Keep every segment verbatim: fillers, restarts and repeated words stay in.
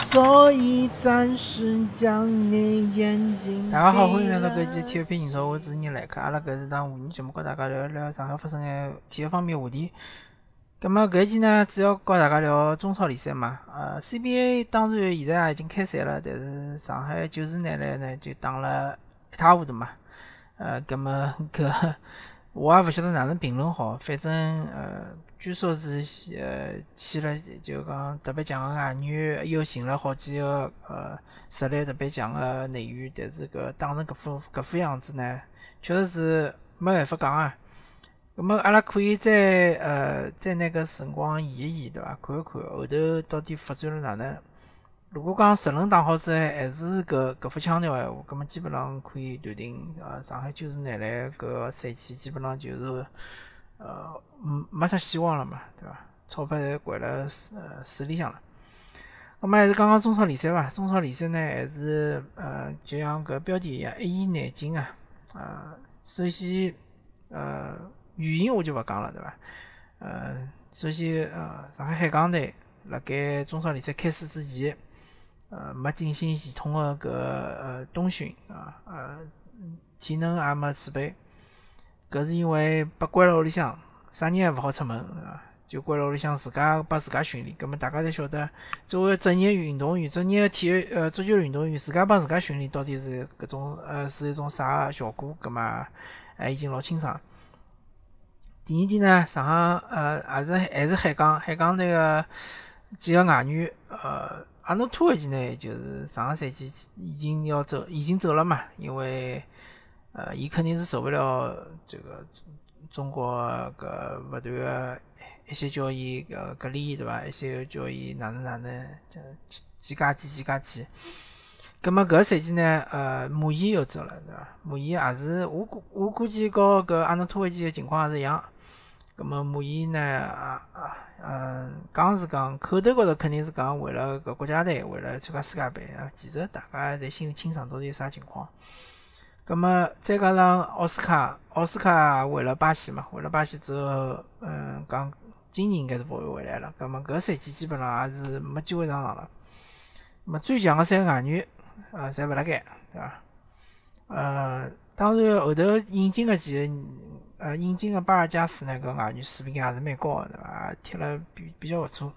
所以暂时将你眼睛。 大家好，欢迎来到搿期体育篇英超，我是主持人来客。阿拉搿是档互动节目，跟大家聊一聊上海发生的体育方面话题。咁么搿期呢，主要跟大家聊中超联赛嘛。呃，C B A 当然现在也已经开赛了，但是上海九时拿来呢就打了一塌糊涂嘛。呃，咁么搿我也勿晓得哪能评论好，反正呃，据说是呃去了就讲特别强的外援，又寻了好几个呃实力特别强的内援，但是搿打成搿副搿副样子呢，确实是没办法讲啊。咁么阿拉可以再呃再拿搿辰光移一移，对伐？看一看后头到底发展了哪能。如果讲十轮打好之后还是搿搿副腔调闲话，葛末基本上可以断定，呃，上海就是拿来搿个赛季基本上就是呃嗯没啥希望了嘛，对伐？钞票侪掼了呃水里向了。咁么还是讲讲中超联赛伐？中超联赛呢还是呃就像搿标题一样，一言难尽啊。呃，首先呃原因我就勿讲了，对伐？呃，首先呃上海海港队辣盖中超联赛开始之前。呃，没进行系统的搿呃冬训啊，呃，体能也没储备，搿是因为被关辣屋里向，啥人也勿好出门啊，就关辣屋里向自家帮自家训练。葛末大家侪晓得，作为职业运动员、职业体育呃足球运动员，自家帮自家训练到底是搿种呃是一种啥个效果？葛末还已经老清爽。第二点呢，上海呃还是还是海港，海港那个几个外援呃。阿诺托维奇呢，就是上个赛季已经要走，已经走了嘛，因为呃，伊肯定是受不了这个中国搿勿断个一些叫伊搿隔离，对伐？一些叫伊哪能哪能，几几加几几加几。葛末搿赛季呢，呃，马伊又走了，对伐？马伊也是我估我估计和搿阿诺托维奇个情况也是一样。葛末马伊呢，啊啊。嗯，讲是讲口头高头肯定是讲为了搿国家队，为了参加世界杯啊。其实大家侪心里清爽到底啥情况。葛么再加上奥斯卡，奥斯卡为了巴西嘛，为了巴西之后，嗯，讲今年应该是勿会回来了。葛么搿赛季基本上也是没机会上场了。那么最强的三个外援啊，侪勿辣盖，对伐？呃，当然后头引进个几个。呃，引进的巴尔加斯呢，搿外援水平还是蛮高的，对伐？踢了比比较勿错。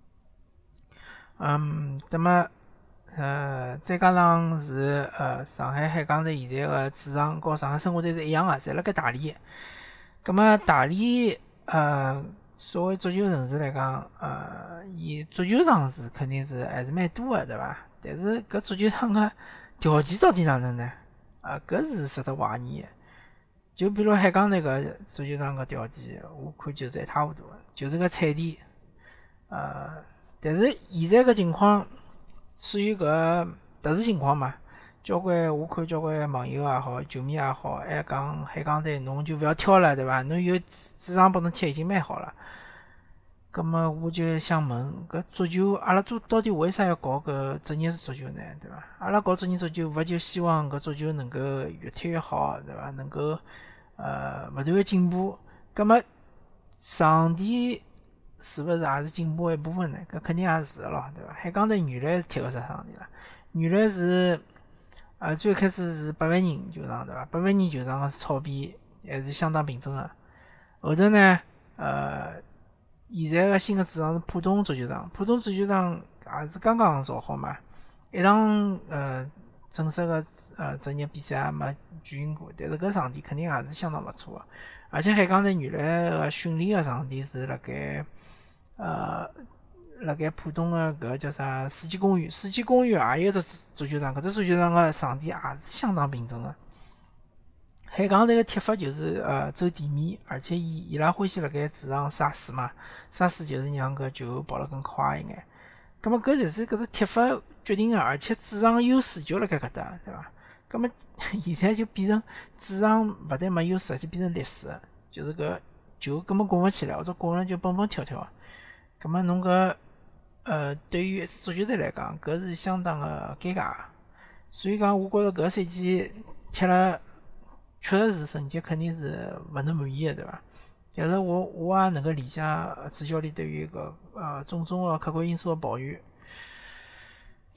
嗯，那么呃，再加上是呃上海海港队现在个主场和上海申花队是一样的，侪辣盖大连。葛么大连呃，作为足球城市来讲，呃，伊足球场是肯定是还是蛮多的，对伐？但是搿足球场个条件到底哪能呢？啊，搿是值得怀疑的。就比如海港那个足球场个条件，我看就是一塌糊涂，就是个菜地。呃，但是现在个情况属于搿特殊情况嘛，交关我看交关网友也好，球迷也好，还讲海港队侬就勿要挑了，对伐？侬有主场拨侬踢已经蛮好了。葛么我就想问，搿足球阿拉做到底为啥要搞搿职业足球呢？对伐？阿拉搞职业足球，勿就希望搿足球能够越踢越好，对伐？能够呃勿断个进步。葛么场地是勿是也是进步一部分呢？搿肯定也是个咯，对伐？海港队原来是踢个啥场地啦？原来是呃最开始是八万人球场，对伐？八万人球场个草皮还是相当平整个。后头呢，呃。现在个新的主场是浦东足球场，浦东足球场也是刚刚造好嘛，一场呃正式的呃职业比赛也没举行过，但是搿场地肯定也是相当勿错的。而且海港队原来个训练个场地是辣盖呃辣盖浦东个搿叫啥世纪公园，世纪公园也有只足球场，搿只足球场个场地也是相当平整个。海港队个踢法就是呃走地面，而且伊伊拉欢喜辣盖主场洒水嘛，洒水就是让搿球跑得更快一眼。葛末搿就是搿只踢法决定个，而且主场优势就辣盖搿搭，对伐？葛末现在就变成主场勿但没优势，而且变成劣势，就是搿球根本滚勿起来，或者滚了就蹦蹦跳跳。葛末侬搿呃对于足球队来讲，搿是相当个尴尬。所以讲，我觉着搿赛季踢了。确实是成绩肯定是勿能满意的，对伐？但是我我也能够理解主教练对于搿呃种种的客观因素的抱怨。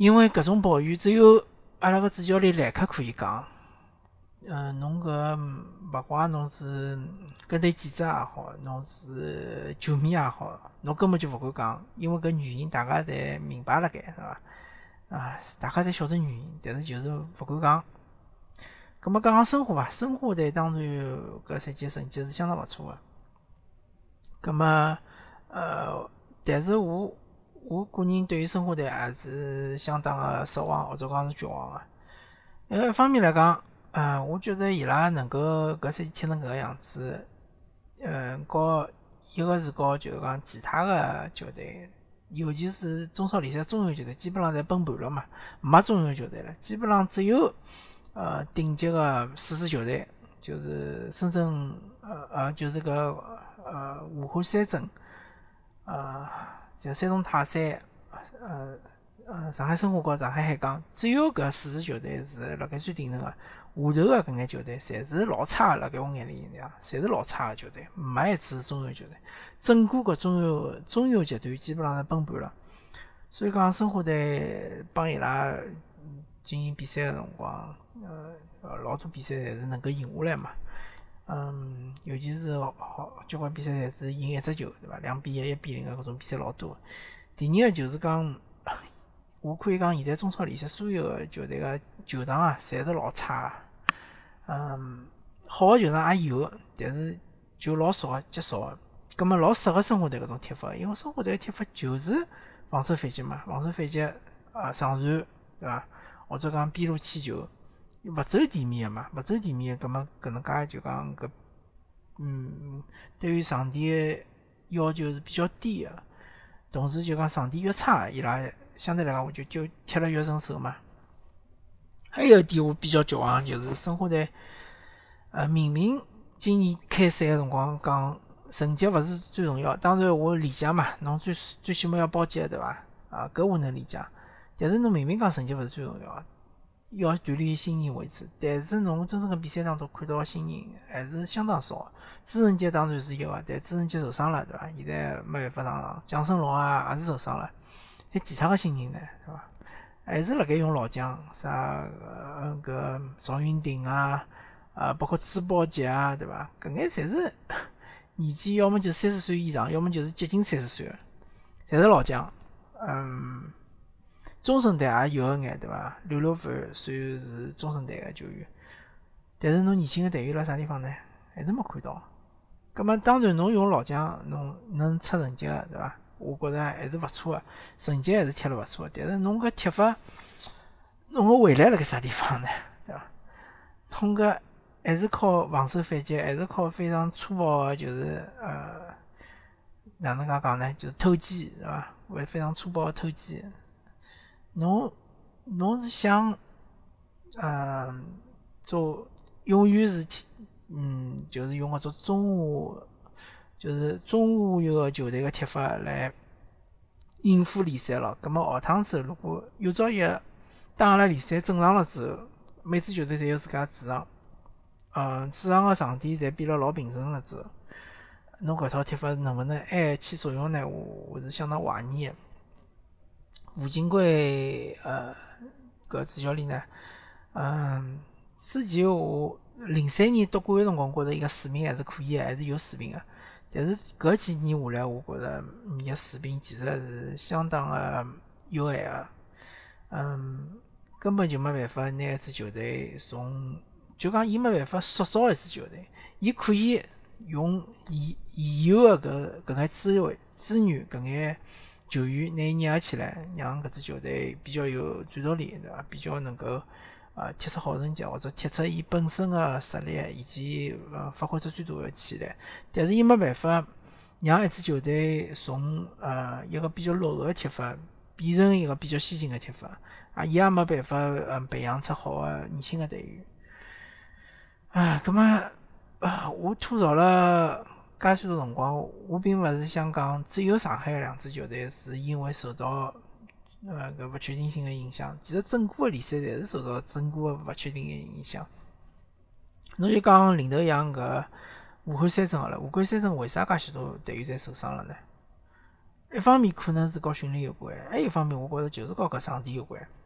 因为搿种抱怨只有阿拉个主教练莱克可以讲。嗯，侬搿勿怪侬是跟队记者也好，侬是球迷也好，侬根本就勿敢讲，因为搿原因大家侪明白辣盖，是伐？啊，大家侪晓得原因，但是就是勿敢讲。葛末讲讲申花伐，申花队当然搿赛季成绩是相当勿错个。葛末呃，但是我我个人对于申花队还是相当个失望，或者讲是绝望个。呃，一方面来讲，呃，我觉得伊拉能够搿赛季踢成搿个样子，嗯，和一个是和就是讲其他个球队，尤其是中超联赛中游球队，基本上侪崩盘了嘛，没中游球队了，基本上只有呃顶级个四支球队，就是深圳呃呃就是个呃武汉三镇，呃就山东泰山，呃呃上海申花和上海海港，只有搿四支球队是辣盖最顶层个。下头个搿眼球队侪是老差个，辣盖我眼里讲，侪是老差个球队，没一支是中游球队。整个搿中游中游集团基本上是崩盘了。所以讲，申花队帮伊拉进行比赛个辰光，呃，老多比赛侪是能够赢下来嘛。嗯，尤其是好交关比赛侪是赢一只球，对伐？两比一、一比零个搿种比赛老多。第二个就是讲，我可以讲现在中超联赛所有个球队个球场啊，侪是老差。嗯，好个球场也有，但是就老少个，极少个。葛末老适合申花队搿种踢法，因为申花队个踢法就是防守反击嘛，防守反击啊上传，对伐？或者讲边路起球，勿走地面个嘛，勿走地面个，葛末搿能介就讲搿，嗯，对于场地个要求是比较低个，同时就讲场地越差，伊拉相对来讲我就就踢了越顺手嘛。还有一点我比较绝望，就是申花队，呃，明明今年开赛个辰光讲成绩勿是最重要，当然我理解嘛，侬最最起码要保级对伐？啊，搿我能理解。但是侬明明讲成绩勿是最重要，要锻炼新人为主，但是侬真正个比赛当中看到个新人还是相当少。朱晨杰当然是有个，但朱晨杰受伤了对伐？现在没办法上场。蒋胜龙啊也是受伤了，但其他个新人呢，对伐？还是辣盖用老将，啥呃搿赵云霆啊，啊包括朱宝杰啊，对伐？搿眼侪是年纪要么就三十岁以上，要么就是接近三十岁个，侪是老将。嗯，中生代也有一眼，对伐？刘六凡虽然是中生代个球员，但是侬年轻个队员辣啥地方呢？还是没看到。葛末当然侬用老将，侬能出成绩个，对伐？我觉着还是勿错个，成绩还是踢了勿错个，但是侬搿踢法，侬个未来辣盖啥地方呢？对伐？侬搿还是靠防守反击，还是靠非常粗暴个，就是呃，哪能介讲呢？就是偷鸡，对伐？会非常粗暴个偷鸡。侬侬是想，呃，做永远是踢，嗯，就是用搿种中下。就是中下游个球队个踢法来应付联赛咯。葛末下趟子如果有朝一日当阿拉联赛正常了之后，每支球队侪有自家主场，嗯，主场个场地侪变了老平整了之后，侬搿套踢法能不能还起作用呢？我我是相当怀疑个。吴金贵呃搿主教练呢，嗯，之前我零三年夺冠个辰光，觉着伊个水平还是可以个，还是有水平个。但是搿几年下来，我觉着伊个水平其实是相当个有限个，嗯，根本就没办法拿一支球队从，就讲伊没办法塑造一支球队，伊可以用现现有个搿搿眼资源、资源搿眼球员拿伊捏合起来，让搿支球队比较有战斗力，对伐？比较能够。啊，踢出好成绩，或者踢出伊本身个实力，以及呃发挥出最大个潜力。但是伊没办法让一支球队从呃一个比较落后个踢法变成一个比较先进个踢法，啊，伊也没办法嗯培养出好个年轻个队员。啊，葛末啊，我吐槽了介许多辰光，我并勿是想讲只有上海个两支球队是因为受到。呃，搿勿确定性个影响，其实整个个联赛侪是受到整个个勿确定个影响。侬就讲领头羊搿武汉三镇好了，武汉三镇为啥介许多队员侪受伤了呢？一方面可能是和训练有关，还有一方面我觉着就是和搿场地有关。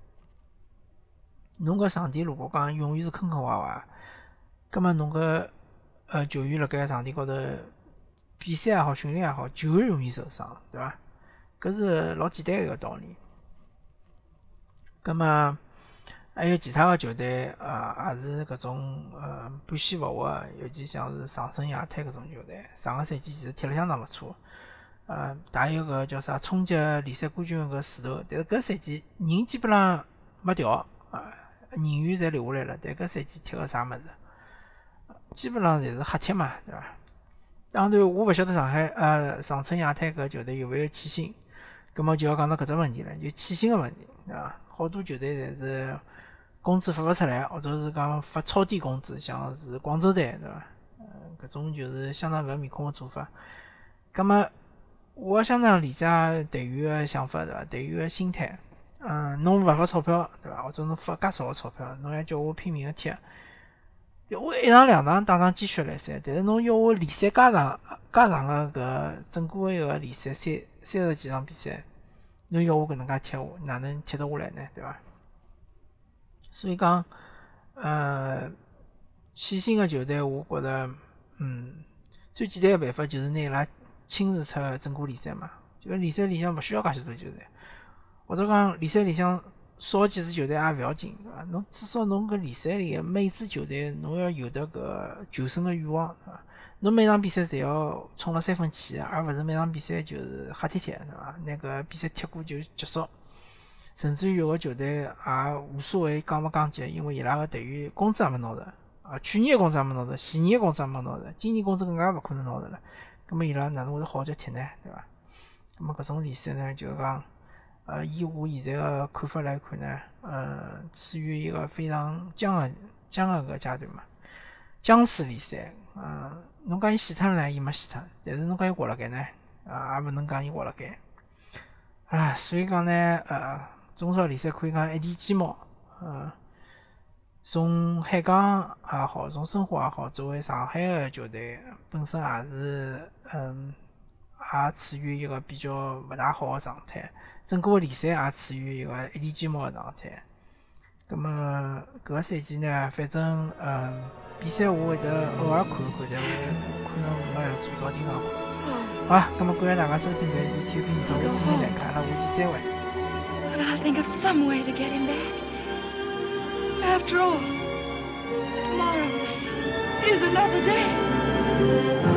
侬搿场地如果讲永远是坑坑洼洼，葛末侬搿呃球员辣盖场地高头比赛也好，训练也好，就会容易受伤，对伐？搿是老简单个一个道理。葛末还有其他个球队啊，也是搿种呃半死勿活，尤其像是上升亚太搿种球队，上个赛季其实踢了相当勿错。呃，打有个叫啥冲击联赛冠军搿势头，但是搿赛季人基本上没调啊，人员侪留下来了，但搿赛季踢个啥物事，基本上侪是瞎踢嘛，对伐？当然，我勿晓得上海呃上城亚太搿球队有没有欠薪，葛末就要讲到搿只问题了，就欠薪个问题，对伐？好多球队侪是工资发勿出来，或者是讲发超低工资，像是广州队，对伐？呃，搿种就是相当勿要面孔个做法，葛末。我相当理解队员个想法，对伐？队员个心态，嗯，侬勿发钞票，对伐？或者侬发介少个钞票，侬还叫我拼命个踢，我一场两场打场鸡血来噻，但是侬要我联赛加长加长个搿整个一个联赛三三十几场比赛，侬要我搿能介踢，我哪能踢得下来呢？对伐？所以讲，呃，欠薪个球队，我觉着，嗯，最简单个办法就是拿伊拉。亲自出整个联赛嘛，就联赛里向勿需要介许多球队，或者讲联赛里向少几支球队也勿要紧，对伐？侬至少侬搿联赛里每支球队侬要有得搿求胜个欲望，对伐？侬每场比赛侪要冲了三分起，而勿是每场比赛就是瞎踢踢，对伐？拿搿比赛踢过就结束，甚至于有个球队也无所谓降勿降级，因为伊拉个队员工资也没拿着，啊，去年个工资也没拿着，前年个工资也没拿着，今年工资更加勿可能拿着了。咁么伊拉哪能会得好脚踢呢？对伐？咁么搿种联赛呢，就是讲，呃，以我现在个看法来看呢，呃，处于一个非常僵个僵个搿阶段嘛，僵尸联赛，呃，侬讲伊死脱了呢，伊没死脱，但是侬讲伊活辣盖呢，啊，也勿能讲伊活辣盖，啊，所以讲呢，呃，中超联赛可以讲一地鸡毛，呃。从海港也好，从申花也好，作为上海个球队，本身也是，嗯，也处于一个比较勿大好个状态。整个联赛也处于一个一地鸡毛个状态。咁么搿个赛季呢，反正，嗯，比赛我会得偶尔看看，但我可能没有做到经常看。好啊，咁么感谢大家收听搿一期体育频道，我是你来看，阿拉下期再会。 But I'll think of some way to get him back. After all, tomorrow is another day.